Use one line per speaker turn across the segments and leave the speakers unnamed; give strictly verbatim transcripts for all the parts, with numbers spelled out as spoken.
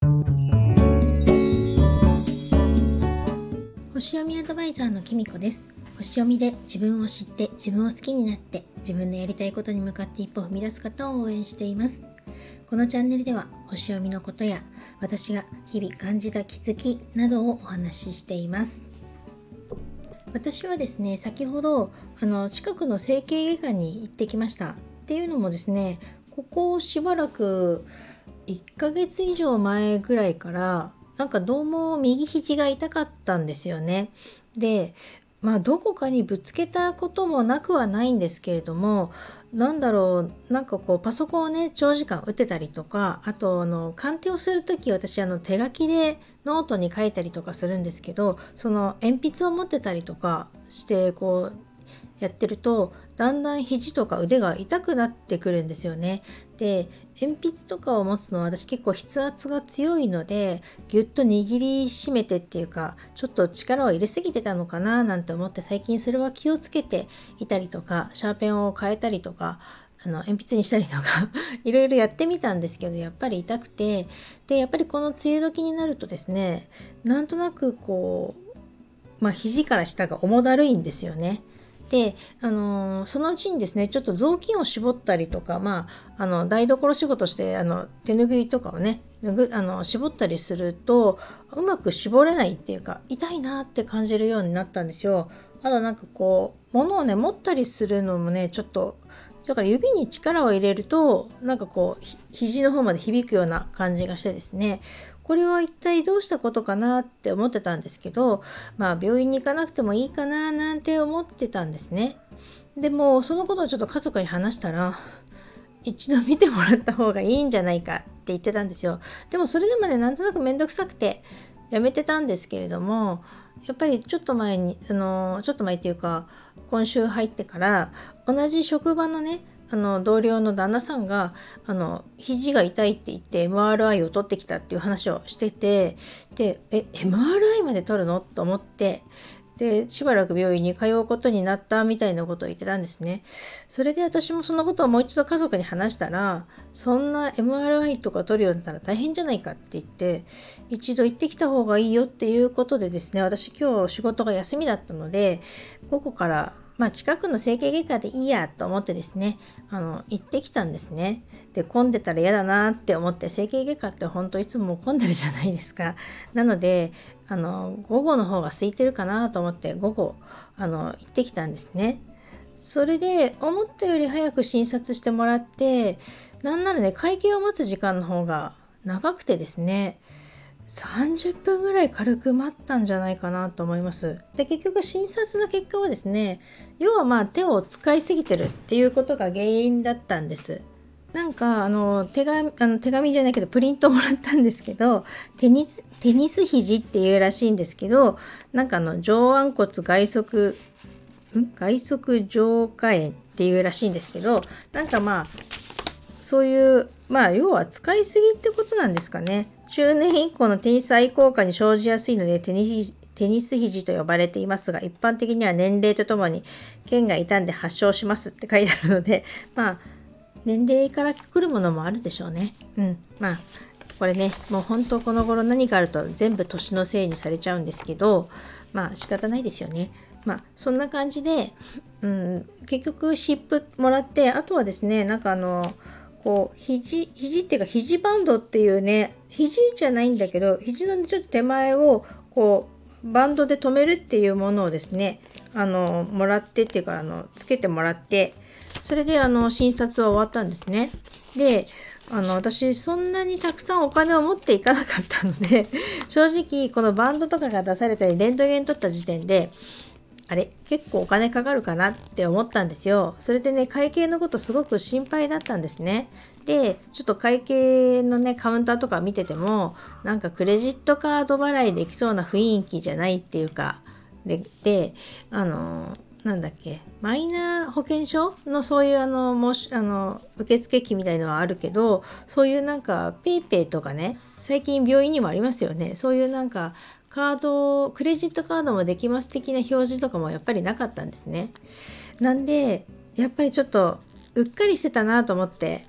星読みアドバイザーのきみこです。星読みで自分を知って自分を好きになって自分のやりたいことに向かって一歩踏み出す方を応援しています。このチャンネルでは星読みのことや私が日々感じた気づきなどをお話ししています。私はですね、先ほどあの近くの整形外科に行ってきました。っていうのもですね、ここしばらくいっかげつ以上前ぐらいからなんかどうも右肘が痛かったんですよね。で、まあどこかにぶつけたこともなくはないんですけれども、なんだろう、なんかこうパソコンをね長時間打ってたりとか、あとあの鑑定をするとき私あの手書きでノートに書いたりとかするんですけど、その鉛筆を持ってたりとかしてこうやってるとだんだん肘とか腕が痛くなってくるんですよね。で、鉛筆とかを持つのは私結構筆圧が強いのでぎゅっと握りしめてっていうか、ちょっと力を入れすぎてたのかななんて思って、最近それは気をつけていたりとか、シャーペンを変えたりとか、あの鉛筆にしたりとかいろいろやってみたんですけど、やっぱり痛くて、でやっぱりこの梅雨時になるとですね、なんとなくこうまあ肘から下が重だるいんですよね。で、あのー、そのうちにですね、ちょっと雑巾を絞ったりとか、まあ、あの台所仕事してあの手ぬぐいとかをねあの絞ったりするとうまく絞れないっていうか、痛いなって感じるようになったんですよ。あとなんかこう物をね持ったりするのもね、ちょっとだから指に力を入れるとなんかこう肘の方まで響くような感じがしてですね、これは一体どうしたことかなって思ってたんですけど、まあ病院に行かなくてもいいかななんて思ってたんですね。でもそのことをちょっと家族に話したら、一度見てもらった方がいいんじゃないかって言ってたんですよ。でもそれでもね、なんとなくめんどくさくてやめてたんですけれども、やっぱりちょっと前にあのちょっと前っていうか今週入ってから同じ職場のねあの同僚の旦那さんがあの肘が痛いって言って エムアールアイ を取ってきたっていう話をしてて、でえ エムアールアイ まで取るのと思って、でしばらく病院に通うことになったみたいなことを言ってたんですね。それで私もそのことをもう一度家族に話したら、そんな エムアールアイ とか取るようになったら大変じゃないかって言って、一度行ってきた方がいいよっていうことでですね、私今日仕事が休みだったので午後からまあ近くの整形外科でいいやと思ってですね、あの行ってきたんですね。で、混んでたら嫌だなって思って、整形外科って本当いつも混んでるじゃないですか。なのであの午後の方が空いてるかなと思って午後あの行ってきたんですね。それで思ったより早く診察してもらって、なんならね会計を待つ時間の方が長くてですね、さんじゅっぷんぐらい軽く待ったんじゃないかなと思います。で、結局診察の結果はですね、要はまあ手を使いすぎてるっていうことが原因だったんです。なんかあの手紙あの手紙じゃないけどプリントもらったんですけど、テニステニス肘っていうらしいんですけど、なんかあの上腕骨外側ん外側上下炎っていうらしいんですけど、なんかまあそういうまあ要は使いすぎってことなんですかね。中年以降のテニス愛好家に生じやすいのでテニステニス肘と呼ばれていますが、一般的には年齢とともに腱が傷んで発症しますって書いてあるので、まあ年齢から来るものもあるでしょうね。うん、まあこれね、もう本当この頃何かあると全部年のせいにされちゃうんですけど、まあ仕方ないですよね。まあそんな感じで、うん、結局湿布もらって、あとはですね、なんかあのこう肘肘っていうか肘バンドっていうね、肘じゃないんだけど肘のちょっと手前をこうバンドで留めるっていうものをですね、あのもらってっていうかあのつけてもらって、それであの診察は終わったんですね。で、あの私そんなにたくさんお金を持っていかなかったので正直このバンドとかが出されたりレントゲン取った時点で、あれ結構お金かかるかなって思ったんですよ。それでね、会計のことすごく心配だったんですね。で、ちょっと会計のねカウンターとか見てても、なんかクレジットカード払いできそうな雰囲気じゃないっていうか、で、であのなんだっけ、マイナ保険証のそういうあのもしあの受付機みたいのはあるけど、そういうなんかペイペイとかね、最近病院にもありますよね。そういうなんかカード、クレジットカードもできます的な表示とかもやっぱりなかったんですね。なんでやっぱりちょっとうっかりしてたなと思って、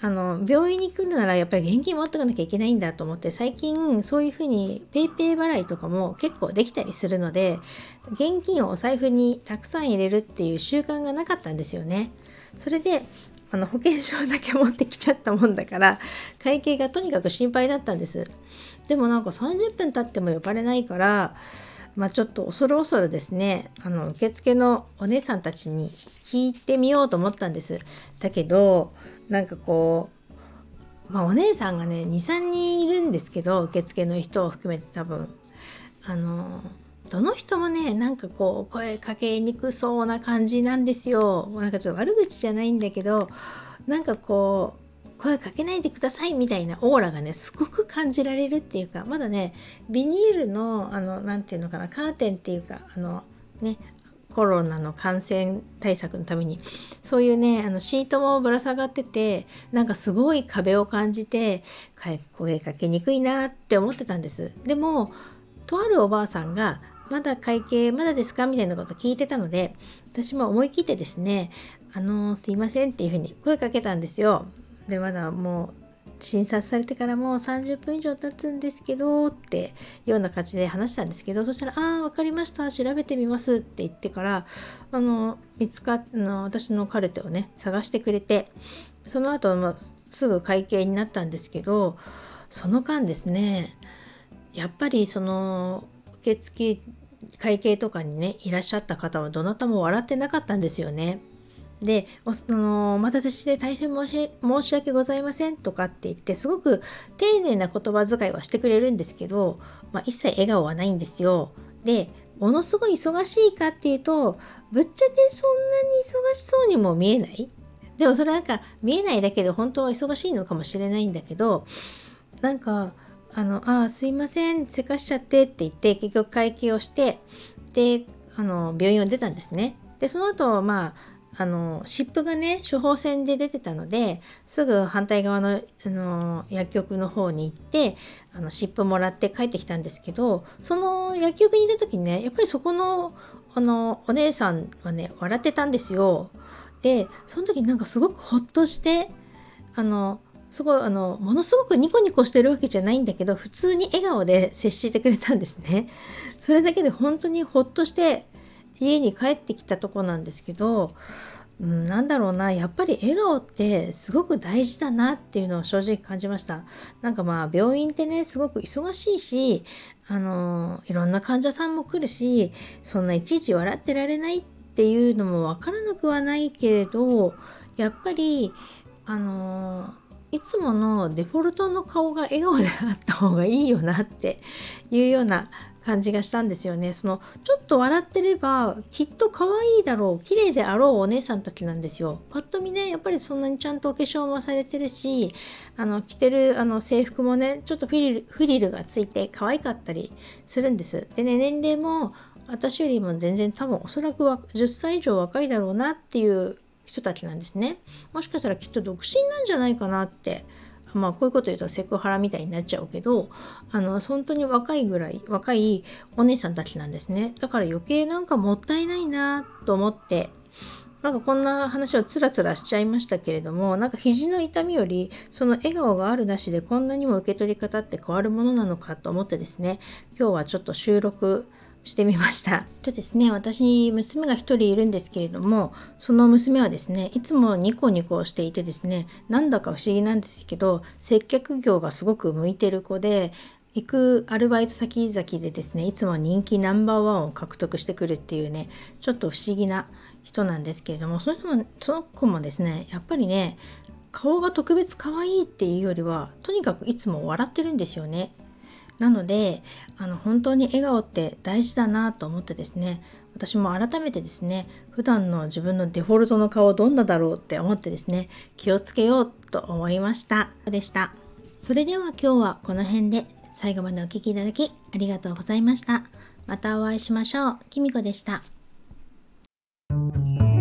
あの病院に来るならやっぱり現金持ってかなきゃいけないんだと思って、最近そういうふうにペイペイ払いとかも結構できたりするので、現金をお財布にたくさん入れるっていう習慣がなかったんですよね。それであの保険証だけ持ってきちゃったもんだから、会計がとにかく心配だったんです。でもなんかさんじゅっぷん経っても呼ばれないから、まあちょっと恐る恐るですね、あの受付のお姉さんたちに聞いてみようと思ったんです。だけどなんかこう、まあお姉さんがねにさんにんいるんですけど、受付の人を含めて多分あのどの人もねなんかこう声かけにくそうな感じなんですよ。なんかちょっと悪口じゃないんだけど、なんかこう声かけないでくださいみたいなオーラがねすごく感じられるっていうか、まだねビニールのあのなんていうのかな、カーテンっていうか、あのねコロナの感染対策のためにそういうねあのシートもぶら下がってて、なんかすごい壁を感じて声かけにくいなって思ってたんです。でもとあるおばあさんがまだ会計まだですかみたいなこと聞いてたので、私も思い切ってですね、あのすいませんっていうふうに声かけたんですよ。でまだもう診察されてからもうさんじゅっぷん以上経つんですけどってような感じで話したんですけど、そしたらああ分かりました、調べてみますって言ってから、あの見つかっあの私のカルテをね探してくれて、その後、まあ、すぐ会計になったんですけど、その間ですねやっぱりその受付会計とかにねいらっしゃった方はどなたも笑ってなかったんですよね。で お, あのお待たせして大変申し申し訳ございませんとかって言ってすごく丁寧な言葉遣いはしてくれるんですけど、まあ、一切笑顔はないんですよ。でものすごい忙しいかっていうとぶっちゃけそんなに忙しそうにも見えない。でもそれなんか見えないだけで本当は忙しいのかもしれないんだけど、なんかあのあすいませんせかしちゃってって言って結局会計をして、であの病院を出たんですね。でその後まああの湿布がね処方箋で出てたので、すぐ反対側の、あの薬局の方に行ってあの湿布もらって帰ってきたんですけど、その薬局にいた時にねやっぱりそこのあのお姉さんはね笑ってたんですよ。でその時になんかすごくほっとして、あのすごいあのものすごくニコニコしてるわけじゃないんだけど普通に笑顔で接してくれたんですね。それだけで本当にほっとして家に帰ってきたとこなんですけど、うん、なんだろうな、やっぱり笑顔ってすごく大事だなっていうのを正直感じました。なんかまあ病院ってねすごく忙しいし、あのいろんな患者さんも来るし、そんないちいち笑ってられないっていうのもわからなくはないけれど、やっぱりあのいつものデフォルトの顔が笑顔であった方がいいよなっていうような感じがしたんですよね。そのちょっと笑ってればきっと可愛いだろう、綺麗であろうお姉さんたちなんですよ。パッと見ねやっぱりそんなにちゃんとお化粧もされてるし、あの着てるあの制服もねちょっとフリルフリルがついて可愛かったりするんです。でね、年齢も私よりも全然多分おそらくはじゅっさい以上若いだろうなっていう人たちなんですね。もしかしたらきっと独身なんじゃないかなって、まあこういうこと言うとセクハラみたいになっちゃうけど、あの本当に若いぐらい若いお姉さんたちなんですね。だから余計なんかもったいないなと思って、なんかこんな話をつらつらしちゃいましたけれども、なんか肘の痛みよりその笑顔があるなしでこんなにも受け取り方って変わるものなのかと思ってですね、今日はちょっと収録してみました。とですね、私娘が一人いるんですけれども、その娘はですねいつもニコニコしていてですね、なんだか不思議なんですけど接客業がすごく向いてる子で、行くアルバイト先々でですねいつも人気ナンバーワンを獲得してくるっていうね、ちょっと不思議な人なんですけれども、その人もその子もですねやっぱりね顔が特別可愛いっていうよりはとにかくいつも笑ってるんですよね。なのであの本当に笑顔って大事だなと思ってですね、私も改めてですね普段の自分のデフォルトの顔どんなだろうって思ってですね気をつけようと思いました。でした。それでは今日はこの辺で、最後までお聞きいただきありがとうございました。またお会いしましょう。きみこでした。